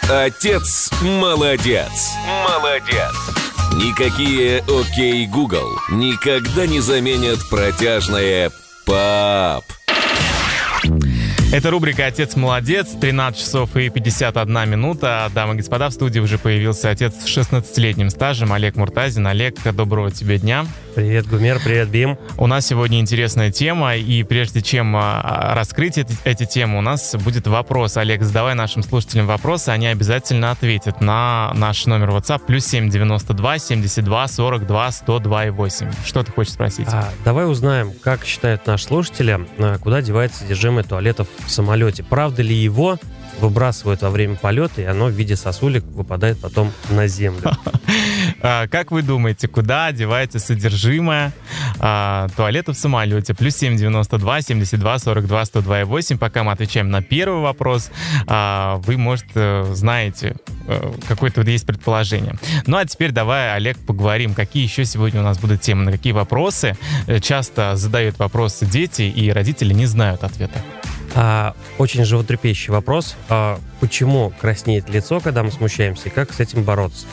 Отец молодец. Молодец. Никакие «Окей, Google» никогда не заменят протяжное «пап». Это рубрика «Отец молодец», 13 часов и 51 минута. Дамы и господа, в студии уже появился отец с 16-летним стажем Олег Муртазин. Олег, доброго тебе дня. Привет, Гумер, привет, Бим. У нас сегодня интересная тема, и прежде чем раскрыть эти темы, у нас будет вопрос. Олег, задавай нашим слушателям вопросы, они обязательно ответят на наш номер WhatsApp +7 92 72 42 102 8. Что ты хочешь спросить? Давай узнаем, как считают наши слушатели, куда девается содержимое туалетов в самолете. Правда ли его выбрасывают во время полета, и оно в виде сосулек выпадает потом на землю? Как вы думаете, куда девается содержимое туалета в самолете? +7 92 72 42 102 8. Пока мы отвечаем на первый вопрос, вы, может, знаете, какое-то вот есть предположение. Ну а теперь давай, Олег, поговорим, какие еще сегодня у нас будут темы, на какие вопросы часто задают вопросы дети, и родители не знают ответа. Очень животрепещущий вопрос. Почему краснеет лицо, когда мы смущаемся, и как с этим бороться?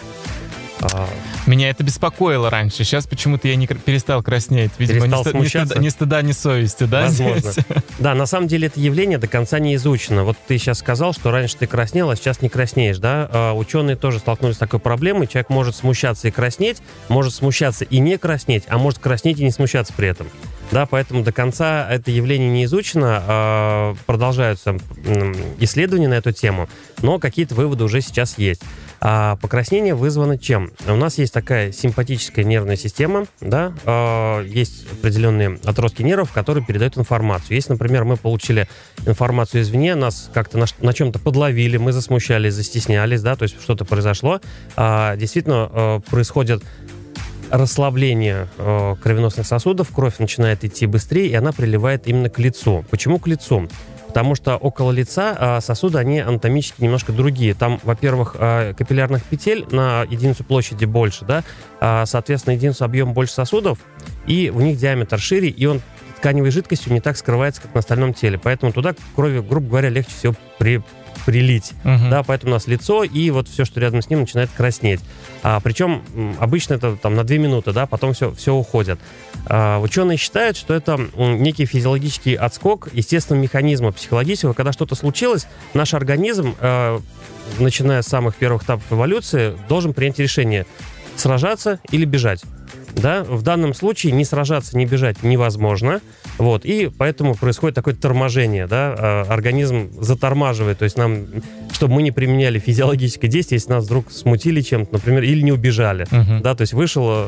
Меня это беспокоило раньше. Сейчас почему-то я не перестал краснеть. Видимо, ни стыда, ни совести, да? Возможно. Да, на самом деле это явление до конца не изучено. Вот ты сейчас сказал, что раньше ты краснел, а сейчас не краснеешь, да? Ученые тоже столкнулись с такой проблемой. Человек может смущаться и краснеть, может смущаться и не краснеть, а может краснеть и не смущаться при этом. Да, поэтому до конца это явление не изучено, продолжаются исследования на эту тему, но какие-то выводы уже сейчас есть. Покраснение вызвано чем? У нас есть такая симпатическая нервная система, да, есть определенные отростки нервов, которые передают информацию. Если, например, мы получили информацию извне, нас как-то на чем-то подловили, мы засмущались, застеснялись, да, то есть что-то произошло, действительно происходит расслабление кровеносных сосудов, кровь начинает идти быстрее, и она приливает именно к лицу. Почему к лицу? Потому что около лица сосуды, они анатомически немножко другие. Там, во-первых, капиллярных петель на единицу площади больше, да, соответственно, единицу объема больше сосудов, и у них диаметр шире, и он тканевой жидкостью не так скрывается, как на остальном теле. Поэтому туда крови, грубо говоря, легче всего прилить. Да, поэтому у нас лицо и вот все, что рядом с ним, начинает краснеть. Причем обычно это там на 2 минуты, да, потом все уходит. Ученые считают, что это некий физиологический отскок естественного механизма психологического. Когда что-то случилось, наш организм, начиная с самых первых этапов эволюции, должен принять решение: сражаться или бежать. Да, в данном случае не сражаться, не бежать невозможно, вот, и поэтому происходит такое торможение, да, организм затормаживает, то есть нам, чтобы мы не применяли физиологическое действие, если нас вдруг смутили чем-то, например, или не убежали, да, то есть вышел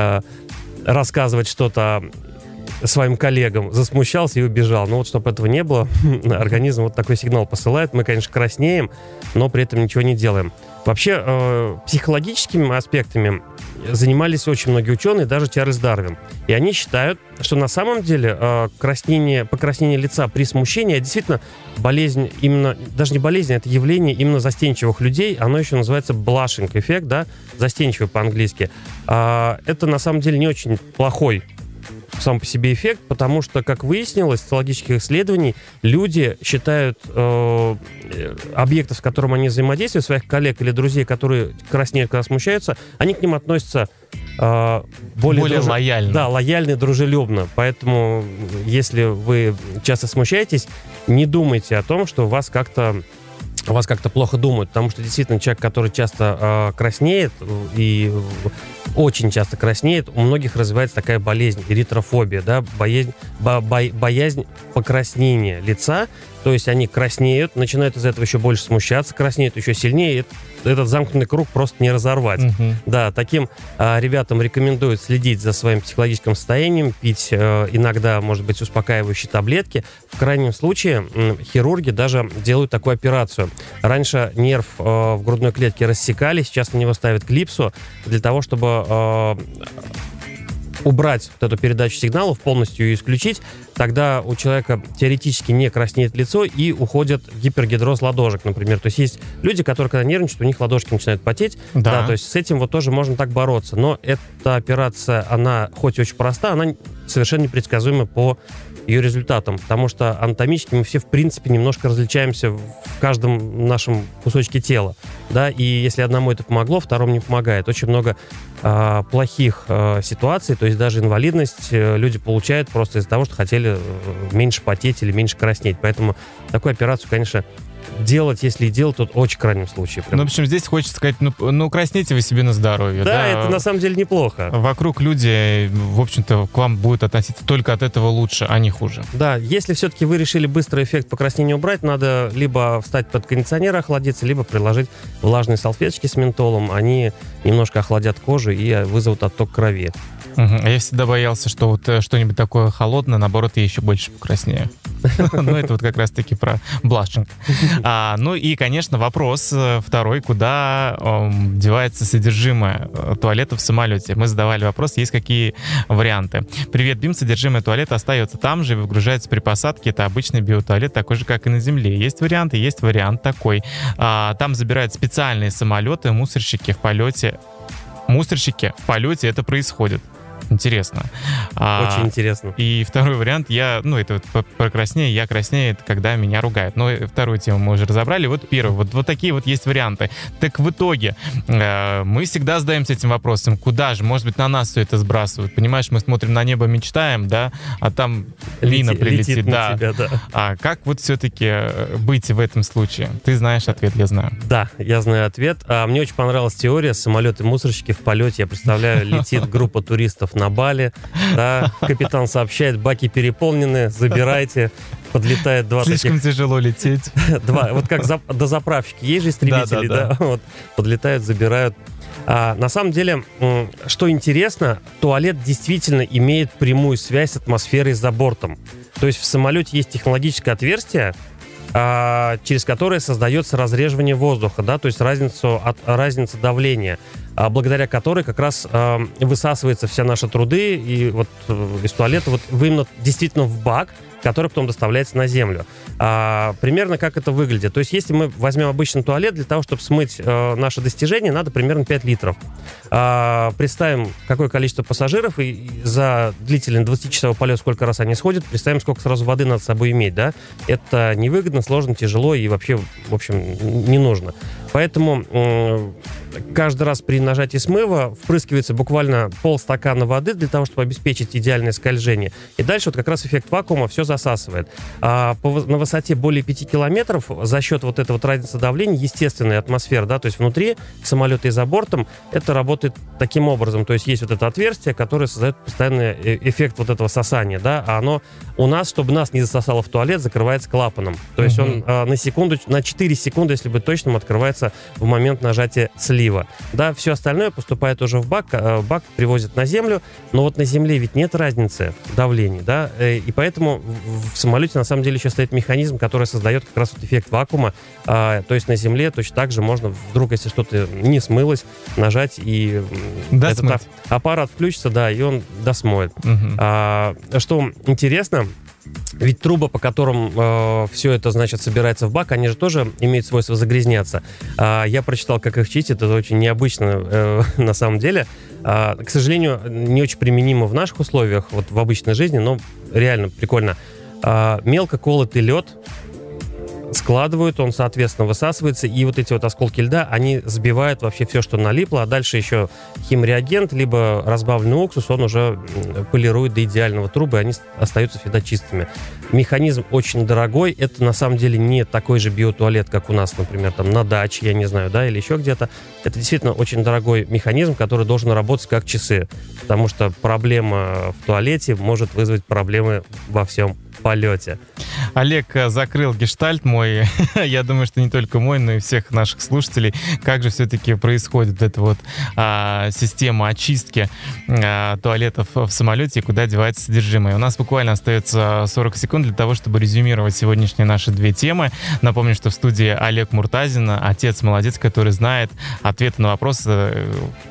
рассказывать что-то своим коллегам, засмущался и убежал. Но вот чтобы этого не было, организм вот такой сигнал посылает. Мы, конечно, краснеем, но при этом ничего не делаем. Вообще, психологическими аспектами занимались очень многие ученые, даже Чарльз Дарвин. И они считают, что на самом деле покраснение лица при смущении действительно болезнь, именно, даже не болезнь, это явление именно застенчивых людей. Оно еще называется blushing эффект, да, застенчивый по-английски. Это на самом деле не очень плохой сам по себе эффект, потому что, как выяснилось, из социологических исследований, люди считают объектов, с которыми они взаимодействуют, своих коллег или друзей, которые краснеют, когда смущаются, они к ним относятся более лояльно. Да, лояльно и дружелюбно. Поэтому, если вы часто смущаетесь, не думайте о том, что вас как-то плохо думают, потому что действительно человек, который часто краснеет и очень часто краснеет, у многих развивается такая болезнь, эритрофобия, да, боязнь покраснения лица, то есть они краснеют, начинают из этого еще больше смущаться, краснеют еще сильнее, и этот замкнутый круг просто не разорвать. Да, таким ребятам рекомендуют следить за своим психологическим состоянием, пить иногда, может быть, успокаивающие таблетки. В крайнем случае хирурги даже делают такую операцию. Раньше нерв в грудной клетке рассекали, сейчас на него ставят клипсу для того, чтобы убрать вот эту передачу сигналов, полностью ее исключить, тогда у человека теоретически не краснеет лицо и уходит гипергидроз ладошек, например. То есть есть люди, которые, когда нервничают, у них ладошки начинают потеть. Да, то есть с этим вот тоже можно так бороться. Но эта операция, она хоть и очень проста, она совершенно непредсказуема по ее результатом, потому что анатомически мы все, в принципе, немножко различаемся в каждом нашем кусочке тела, да, и если одному это помогло, второму не помогает. Очень много плохих ситуаций, то есть даже инвалидность люди получают просто из-за того, что хотели меньше потеть или меньше краснеть. Поэтому такую операцию, конечно, делать, если и делать, то в очень крайнем случае. Ну, в общем, здесь хочется сказать, ну, краснейте вы себе на здоровье. Да, это на самом деле неплохо. Вокруг люди, в общем-то, к вам будут относиться только от этого лучше, а не хуже. Да, если все-таки вы решили быстрый эффект покраснения убрать, надо либо встать под кондиционер, охладиться, либо приложить влажные салфеточки с ментолом. Они немножко охладят кожу и вызовут отток крови. А я всегда боялся, что вот что-нибудь такое холодное, наоборот, я еще больше покраснею. Ну, это вот как раз-таки про блашинг. Ну и, конечно, вопрос второй, куда девается содержимое туалета в самолете. Мы задавали вопрос, есть какие варианты. Привет, Бим, содержимое туалета остается там же и выгружается при посадке. Это обычный биотуалет, такой же, как и на Земле. Есть варианты, есть вариант такой. Там забирают специальные самолеты, мусорщики в полете. Мусорщики в полете это происходит. Интересно. Очень интересно. И второй вариант, это вот про краснее, я краснею, это когда меня ругают. Но вторую тему мы уже разобрали. Вот первый, вот такие вот есть варианты. Так в итоге мы всегда задаемся этим вопросом, куда же, может быть, на нас все это сбрасывают. Понимаешь, мы смотрим на небо, мечтаем, да, а там лина прилетит. Да. Тебя, да. А как вот все-таки быть в этом случае? Ты знаешь ответ, я знаю. Да, я знаю ответ. Мне очень понравилась теория самолеты-мусорщики в полете. Я представляю, летит группа туристов на Бали, да, капитан сообщает, баки переполнены, забирайте, подлетает два Слишком тяжело лететь. Вот как до заправщики, есть же истребители, да, вот, подлетают, забирают. На самом деле, что интересно, туалет действительно имеет прямую связь с атмосферой за бортом. То есть в самолете есть технологическое отверстие, через которое создается разреживание воздуха, да, то есть разница давления, благодаря которой как раз высасывается вся наша труды и вот из туалета вот именно действительно в бак, который потом доставляется на землю. Примерно как это выглядит. То есть если мы возьмем обычный туалет, для того, чтобы смыть наше достижение, надо примерно 5 литров. Представим, какое количество пассажиров, и за длительный 20-часовой полет, сколько раз они сходят, представим, сколько сразу воды надо с собой иметь, да? Это невыгодно, сложно, тяжело и вообще, в общем, не нужно. Поэтому каждый раз при нажатии смыва впрыскивается буквально полстакана воды для того, чтобы обеспечить идеальное скольжение. И дальше вот как раз эффект вакуума все засасывает. На высоте более 5 километров за счет вот этой вот разницы давления, естественная атмосфера, да, то есть внутри самолета и за бортом, это работает таким образом. То есть есть вот это отверстие, которое создает постоянный эффект вот этого сосания, да, а оно у нас, чтобы нас не засосало в туалет, закрывается клапаном. То есть он на 4 секунды, если быть точным, открывается в момент нажатия слива. Да, все остальное поступает уже в бак, бак привозят на землю, но вот на земле ведь нет разницы давления, да, и поэтому в самолете на самом деле еще стоит механизм, который создает как раз вот эффект вакуума, то есть на земле точно так же можно вдруг, если что-то не смылось, нажать и этот аппарат включится, да, и он досмоет. Что интересно, ведь трубы, по которым все это, значит, собирается в бак, они же тоже имеют свойство загрязняться. Я прочитал, как их чистят, это очень необычно на самом деле. К сожалению, не очень применимо в наших условиях, вот в обычной жизни, но реально прикольно. Мелко колотый лед складывают, он, соответственно, высасывается, и вот эти вот осколки льда, они сбивают вообще все, что налипло, а дальше еще химреагент, либо разбавленный уксус, он уже полирует до идеального трубы, и они остаются всегда чистыми. Механизм очень дорогой, это на самом деле не такой же биотуалет, как у нас, например, там на даче, я не знаю, да, или еще где-то. Это действительно очень дорогой механизм, который должен работать как часы, потому что проблема в туалете может вызвать проблемы во всем полете. Олег закрыл гештальт мой. Я думаю, что не только мой, но и всех наших слушателей. Как же все-таки происходит эта вот система очистки туалетов в самолете и куда девается содержимое. У нас буквально остается 40 секунд для того, чтобы резюмировать сегодняшние наши две темы. Напомню, что в студии Олег Муртазин, отец-молодец, который знает ответы на вопросы,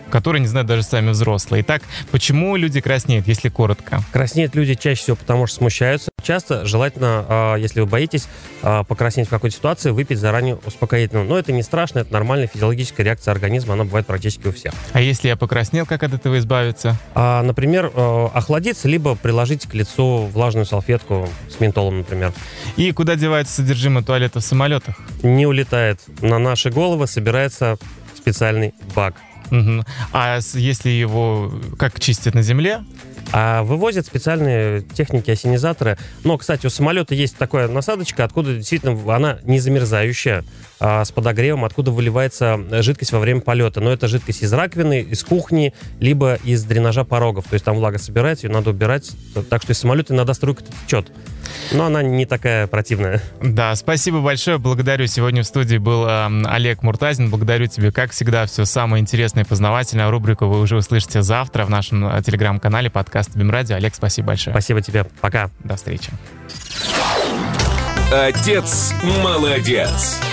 которые не знают даже сами взрослые. Итак, почему люди краснеют, если коротко? Краснеют люди чаще всего потому, что смущаются. Часто желательно, если вы боитесь покраснеть в какой-то ситуации, выпить заранее успокоительного. Но это не страшно, это нормальная физиологическая реакция организма, она бывает практически у всех. А если я покраснел, как от этого избавиться? Например, охладиться, либо приложить к лицу влажную салфетку с ментолом, например. И куда девается содержимое туалета в самолетах? Не улетает. На наши головы собирается специальный бак. Угу. А если его как чистят на земле? Вывозят специальные техники ассенизаторы. Но, кстати, у самолета есть такая насадочка, откуда действительно она не замерзающая, с подогревом, откуда выливается жидкость во время полета. Но это жидкость из раковины, из кухни, либо из дренажа порогов. То есть там влага собирается, ее надо убирать. Так что из самолета иногда струйка течет. Но она не такая противная. Да, спасибо большое. Благодарю. Сегодня в студии был Олег Муртазин. Благодарю тебя. Как всегда, все самое интересное и познавательное. Рубрику вы уже услышите завтра в нашем телеграм-канале подкаст БИМ-радио. Олег, спасибо большое. Спасибо тебе. Пока. До встречи. Отец молодец.